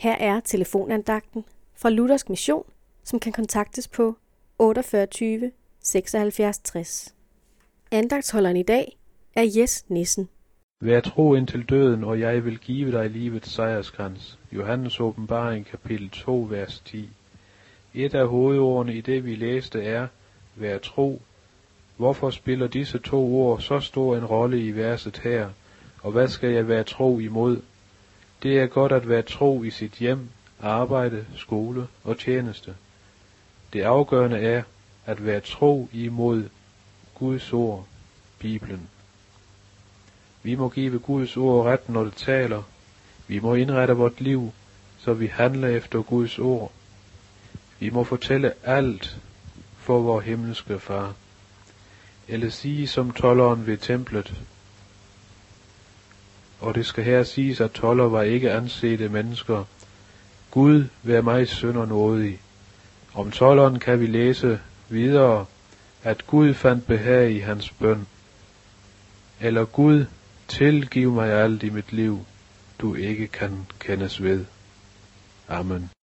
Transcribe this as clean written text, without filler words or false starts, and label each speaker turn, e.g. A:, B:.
A: Her er telefonandagten fra Luthersk Mission, som kan kontaktes på 48 20 76 60. Andagtsholderen i dag er Jes Nissen.
B: Vær tro indtil døden, og jeg vil give dig livets sejrskrans. Johannes Åbenbaring, kapitel 2, vers 10. Et af hovedordene i det, vi læste, er vær tro. Hvorfor spiller disse to ord så stor en rolle i verset her, og hvad skal jeg være tro imod? Det er godt at være tro i sit hjem, arbejde, skole og tjeneste. Det afgørende er at være tro imod Guds ord, Bibelen. Vi må give Guds ord ret, når det taler. Vi må indrette vort liv, så vi handler efter Guds ord. Vi må fortælle alt for vor himmelske far. Eller sige som tolderen ved templet. Og det skal her siges, at tolder var ikke ansete mennesker. Gud, vær mig synder nådig. Om tolderen kan vi læse videre, at Gud fandt behag i hans bøn. Eller Gud, tilgiv mig alt i mit liv, du ikke kan kendes ved. Amen.